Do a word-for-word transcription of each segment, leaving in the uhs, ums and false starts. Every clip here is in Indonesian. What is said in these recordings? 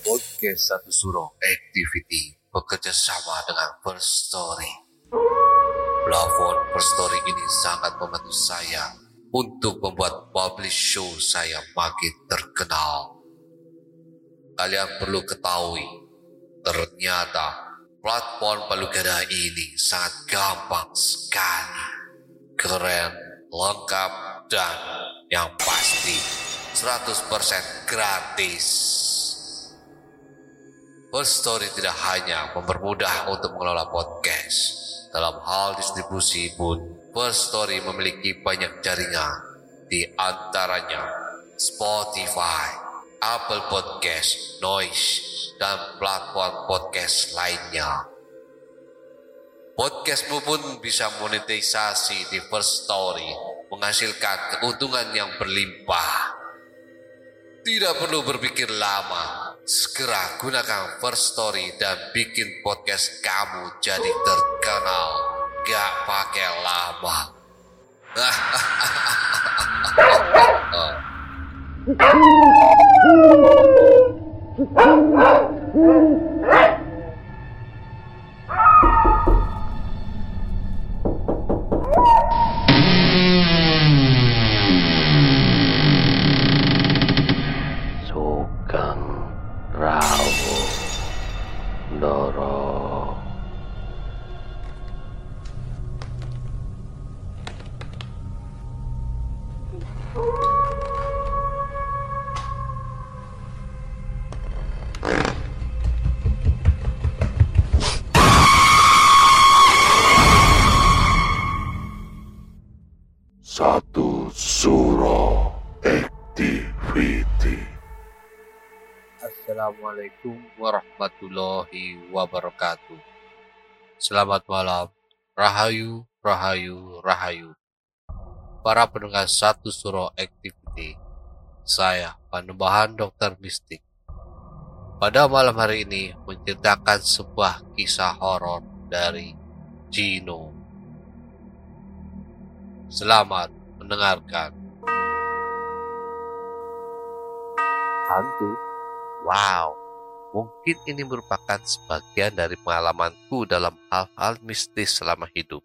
Podcast Satu Suro Activity bekerja sama dengan First Story. Platform First Story ini sangat membantu saya untuk membuat publish show saya makin terkenal. Kalian perlu ketahui, ternyata platform Palugada ini sangat gampang sekali, keren, lengkap, dan yang pasti seratus persen gratis. First Story tidak hanya mempermudah untuk mengelola podcast, dalam hal distribusi pun First Story memiliki banyak jaringan, di antaranya Spotify, Apple Podcast, Noise, dan platform podcast lainnya. Podcastmu pun bisa monetisasi di First Story, menghasilkan keuntungan yang berlimpah. Tidak perlu berpikir lama, segera gunakan First Story dan bikin podcast kamu jadi terkenal. Gak pakai lama. Sugeng rawuh ndara. Satu Suro Activity. Assalamualaikum warahmatullahi wabarakatuh. Selamat malam, Rahayu, Rahayu, Rahayu. Para pendengar Satu Suro Activity, saya Panembahan Dokter Mistik. Pada malam hari ini menceritakan sebuah kisah horor dari Gino. Selamat mendengarkan. Hantu? Wow, mungkin ini merupakan sebagian dari pengalamanku dalam hal-hal mistis selama hidup.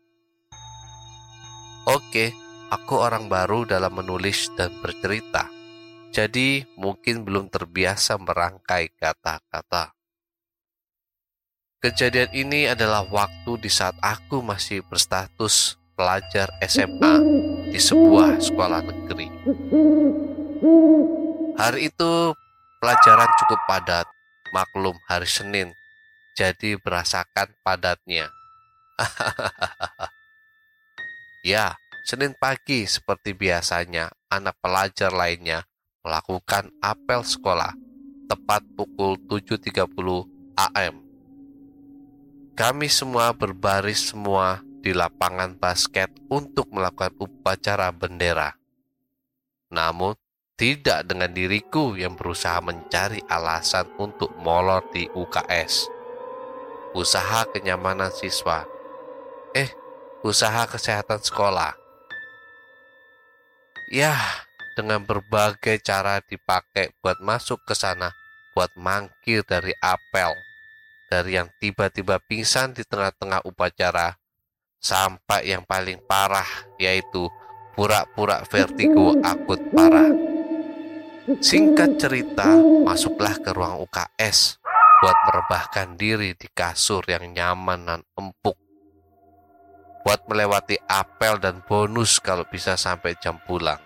Oke, aku orang baru dalam menulis dan bercerita, jadi mungkin belum terbiasa merangkai kata-kata. Kejadian ini adalah waktu di saat aku masih berstatus pelajar S M A di sebuah sekolah negeri. Hari itu pelajaran cukup padat, maklum hari Senin, jadi berasakan padatnya. Ya, Senin pagi seperti biasanya, anak pelajar lainnya melakukan apel sekolah, tepat pukul tujuh tiga puluh A M. Kami semua berbaris semua di lapangan basket untuk melakukan upacara bendera. Namun, tidak dengan diriku yang berusaha mencari alasan untuk molor di U K S. Usaha kenyamanan siswa. Eh, usaha kesehatan sekolah. Ya, dengan berbagai cara dipakai buat masuk ke sana, buat mangkir dari apel. Dari yang tiba-tiba pingsan di tengah-tengah upacara, sampai yang paling parah, yaitu pura-pura vertigo akut parah. Singkat cerita, masuklah ke ruang U K S buat merebahkan diri di kasur yang nyaman dan empuk, buat melewati apel dan bonus kalau bisa sampai jam pulang.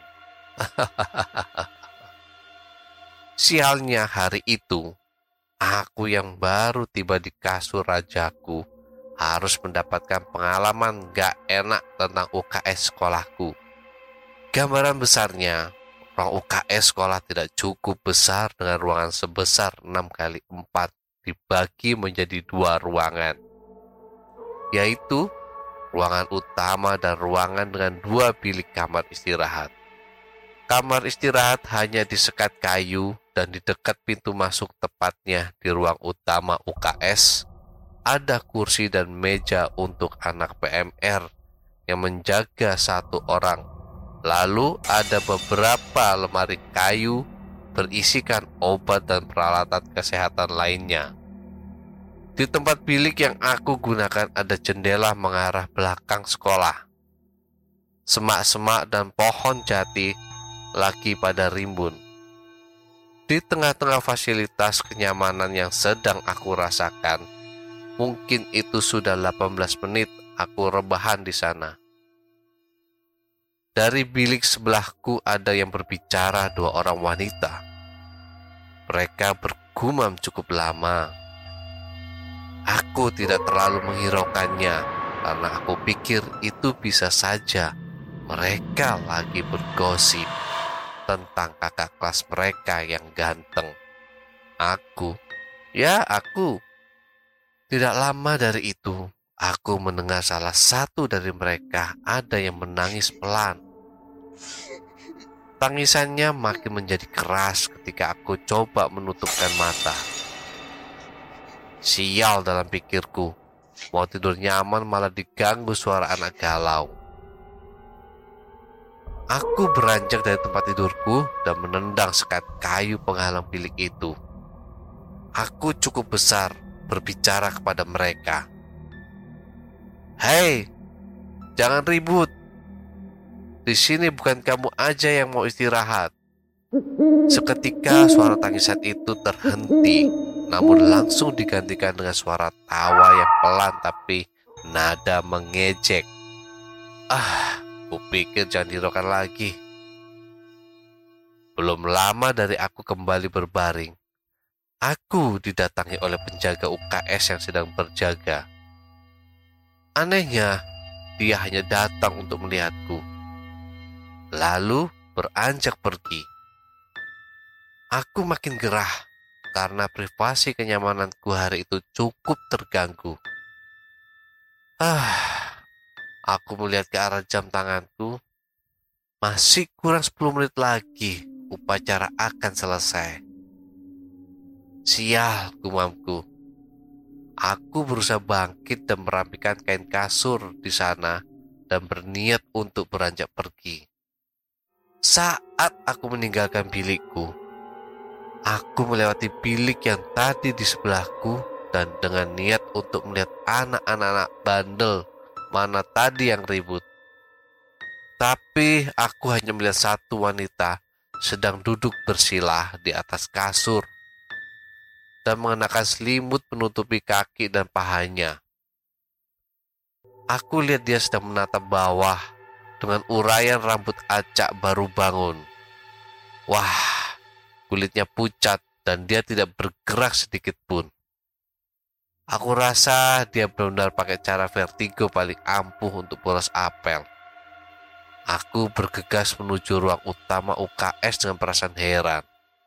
Sialnya hari itu, aku yang baru tiba di kasur rajaku harus mendapatkan pengalaman gak enak tentang U K S sekolahku. Gambaran besarnya, ruang U K S sekolah tidak cukup besar dengan ruangan sebesar enam kali empat dibagi menjadi dua ruangan, yaitu ruangan utama dan ruangan dengan dua bilik kamar istirahat. Kamar istirahat hanya disekat kayu dan di dekat pintu masuk, tepatnya di ruang utama U K S, ada kursi dan meja untuk anak P M R yang menjaga satu orang. Lalu ada beberapa lemari kayu berisikan obat dan peralatan kesehatan lainnya. Di tempat bilik yang aku gunakan ada jendela mengarah belakang sekolah. Semak-semak dan pohon jati lagi pada rimbun. Di tengah-tengah fasilitas kenyamanan yang sedang aku rasakan, mungkin itu sudah delapan belas menit aku rebahan di sana. Dari bilik sebelahku ada yang berbicara dua orang wanita. Mereka bergumam cukup lama. Aku tidak terlalu menghiraukannya karena aku pikir itu bisa saja mereka lagi bergosip tentang kakak kelas mereka yang ganteng. Aku, ya aku. Tidak lama dari itu, aku mendengar salah satu dari mereka ada yang menangis pelan. Tangisannya makin menjadi keras ketika aku coba menutupkan mata. Sial, dalam pikirku, mau tidur nyaman malah diganggu suara anak galau. Aku beranjak dari tempat tidurku dan menendang sekat kayu penghalang bilik itu. Aku cukup besar berbicara kepada mereka. Hei, jangan ribut. Di sini bukan kamu aja yang mau istirahat. Seketika suara tangisan itu terhenti, namun langsung digantikan dengan suara tawa yang pelan tapi nada mengejek. Ah, kupikir jangan dihiraukan lagi. Belum lama dari aku kembali berbaring, aku didatangi oleh penjaga U K S yang sedang berjaga. Anehnya, dia hanya datang untuk melihatku, lalu beranjak pergi. Aku makin gerah karena privasi kenyamananku hari itu cukup terganggu. Ah, aku melihat ke arah jam tanganku. Masih kurang sepuluh menit lagi upacara akan selesai. Sial, gumamku. Aku berusaha bangkit dan merapikan kain kasur di sana dan berniat untuk beranjak pergi. Saat aku meninggalkan bilikku, aku melewati bilik yang tadi di sebelahku dan dengan niat untuk melihat anak-anak bandel mana tadi yang ribut. Tapi aku hanya melihat satu wanita sedang duduk bersila di atas kasur dan mengenakan selimut menutupi kaki dan pahanya. Aku lihat dia sedang menatap bawah dengan uraian rambut acak baru bangun. Wah, kulitnya pucat dan dia tidak bergerak sedikit pun. Aku rasa dia benar-benar pakai cara vertigo paling ampuh untuk bolos apel. Aku bergegas menuju ruang utama U K S dengan perasaan heran.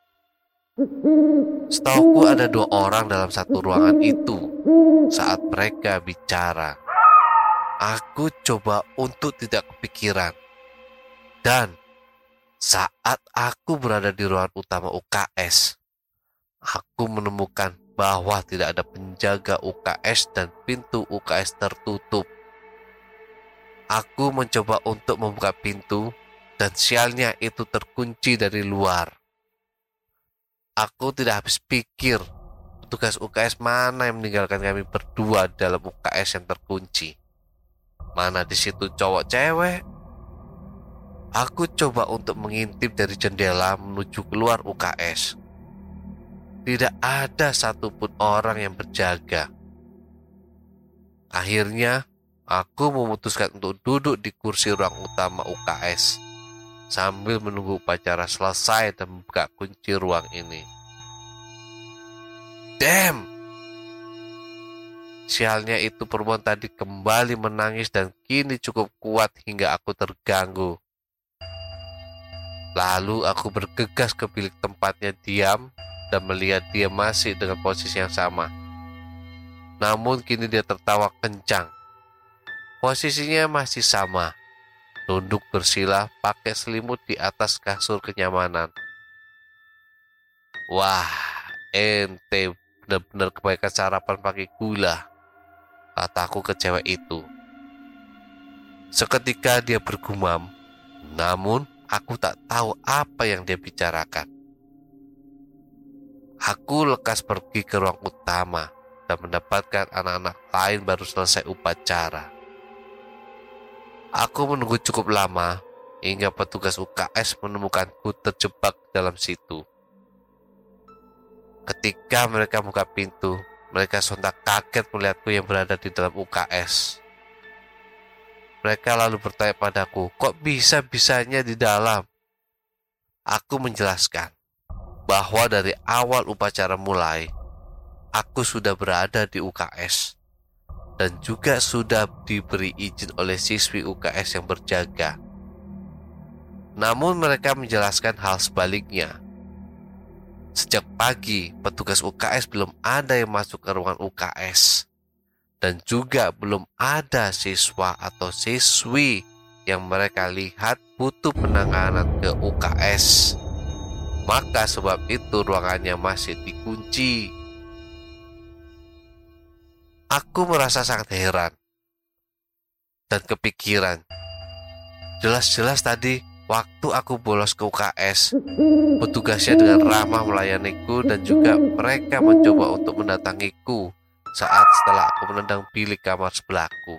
Setauku ada dua orang dalam satu ruangan itu saat mereka bicara. Aku coba untuk tidak kepikiran. Dan saat aku berada di ruangan utama U K S, aku menemukan bahwa tidak ada penjaga U K S dan pintu U K S tertutup. Aku mencoba untuk membuka pintu dan sialnya itu terkunci dari luar. Aku tidak habis pikir petugas U K S mana yang meninggalkan kami berdua dalam U K S yang terkunci. Mana di situ cowok cewek? Aku coba untuk mengintip dari jendela menuju keluar U K S. Tidak ada satupun orang yang berjaga. Akhirnya, aku memutuskan untuk duduk di kursi ruang utama U K S sambil menunggu upacara selesai dan membuka kunci ruang ini. Damn! Sialnya itu perempuan tadi kembali menangis dan kini cukup kuat hingga aku terganggu. Lalu aku bergegas ke bilik tempatnya diam dan melihat dia masih dengan posisi yang sama. Namun kini dia tertawa kencang. Posisinya masih sama, tunduk bersila pakai selimut di atas kasur kenyamanan. Wah, ente benar-benar kebaikan sarapan pakai gula, kataku ke cewek itu. Seketika dia bergumam, namun aku tak tahu apa yang dia bicarakan. Aku lekas pergi ke ruang utama dan mendapatkan anak-anak lain baru selesai upacara. Aku menunggu cukup lama hingga petugas U K S menemukanku terjebak dalam situ. Ketika mereka buka pintu, mereka sontak kaget melihatku yang berada di dalam U K S. Mereka lalu bertanya padaku, kok bisa-bisanya di dalam? Aku menjelaskan bahwa dari awal upacara mulai, aku sudah berada di U K S dan juga sudah diberi izin oleh siswi U K S yang berjaga. Namun mereka menjelaskan hal sebaliknya. Sejak pagi, petugas U K S belum ada yang masuk ke ruangan U K S. Dan juga belum ada siswa atau siswi yang mereka lihat butuh penanganan ke U K S. Maka sebab itu ruangannya masih dikunci. Aku merasa sangat heran dan kepikiran. Jelas-jelas tadi waktu aku bolos ke U K S, petugasnya dengan ramah melayaniku dan juga mereka mencoba untuk mendatangiku saat setelah aku menendang bilik kamar sebelahku.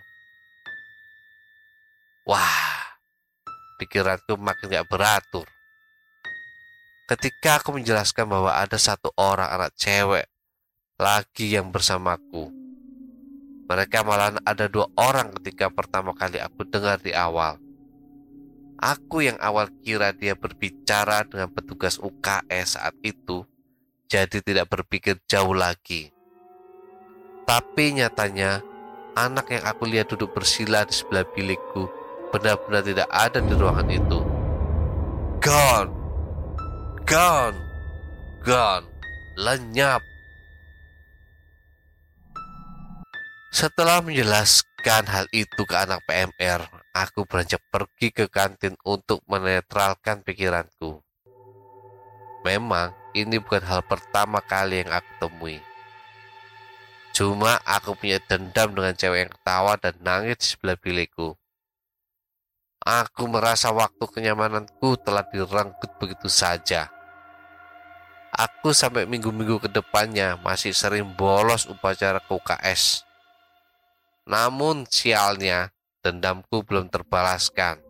Wah, pikiranku makin gak beratur. Ketika aku menjelaskan bahwa ada satu orang anak cewek lagi yang bersamaku, mereka malah ada dua orang ketika pertama kali aku dengar di awal. Aku yang awal kira dia berbicara dengan petugas U K S saat itu, jadi tidak berpikir jauh lagi. Tapi nyatanya, anak yang aku lihat duduk bersila di sebelah bilikku benar-benar tidak ada di ruangan itu. Gone, gone, gone, lenyap. Setelah menjelaskan hal itu ke anak P M R, aku beranjak pergi ke kantin untuk menetralkan pikiranku. Memang ini bukan hal pertama kali yang aku temui. Cuma aku punya dendam dengan cewek yang ketawa dan nangis di sebelah bilikku. Aku merasa waktu kenyamananku telah direnggut begitu saja. Aku sampai minggu-minggu ke depannya masih sering bolos upacara ke U K S. Namun sialnya, dendamku belum terbalaskan.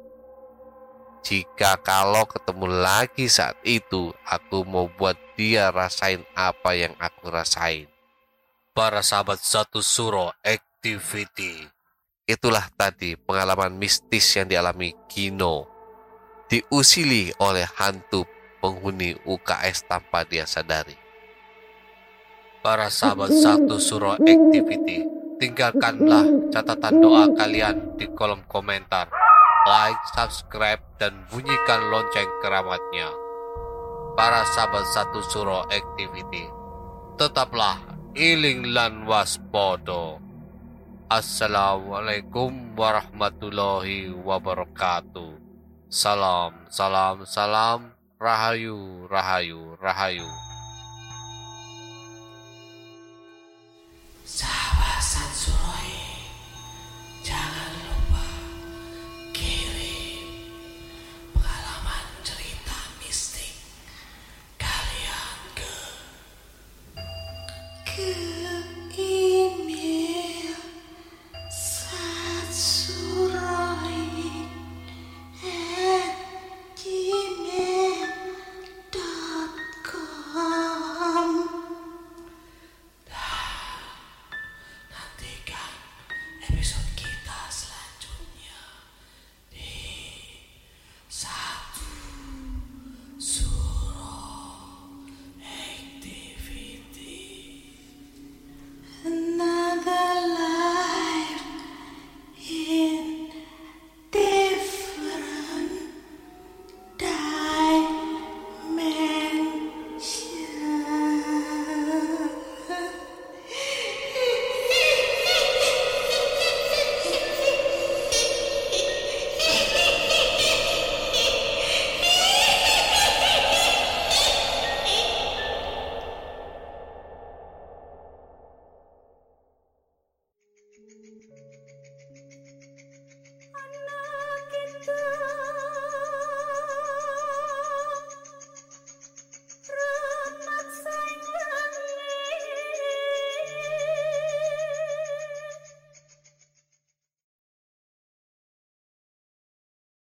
Jika kalau ketemu lagi saat itu, aku mau buat dia rasain apa yang aku rasain. Para sahabat Satu Suro Activity. Itulah tadi pengalaman mistis yang dialami Gino, diusili oleh hantu penghuni U K S tanpa dia sadari. Para sahabat Satu Suro Activity, tinggalkanlah catatan doa kalian di kolom komentar. Like, subscribe, dan bunyikan lonceng keramatnya. Para sahabat Satu Suro Activity, tetaplah iling lan waspodo. Assalamualaikum warahmatullahi wabarakatuh. Salam, salam, salam. Rahayu, rahayu, rahayu. Sahabat Sansuroi, jangan lupa kirim pengalaman cerita mistik kalian ke ke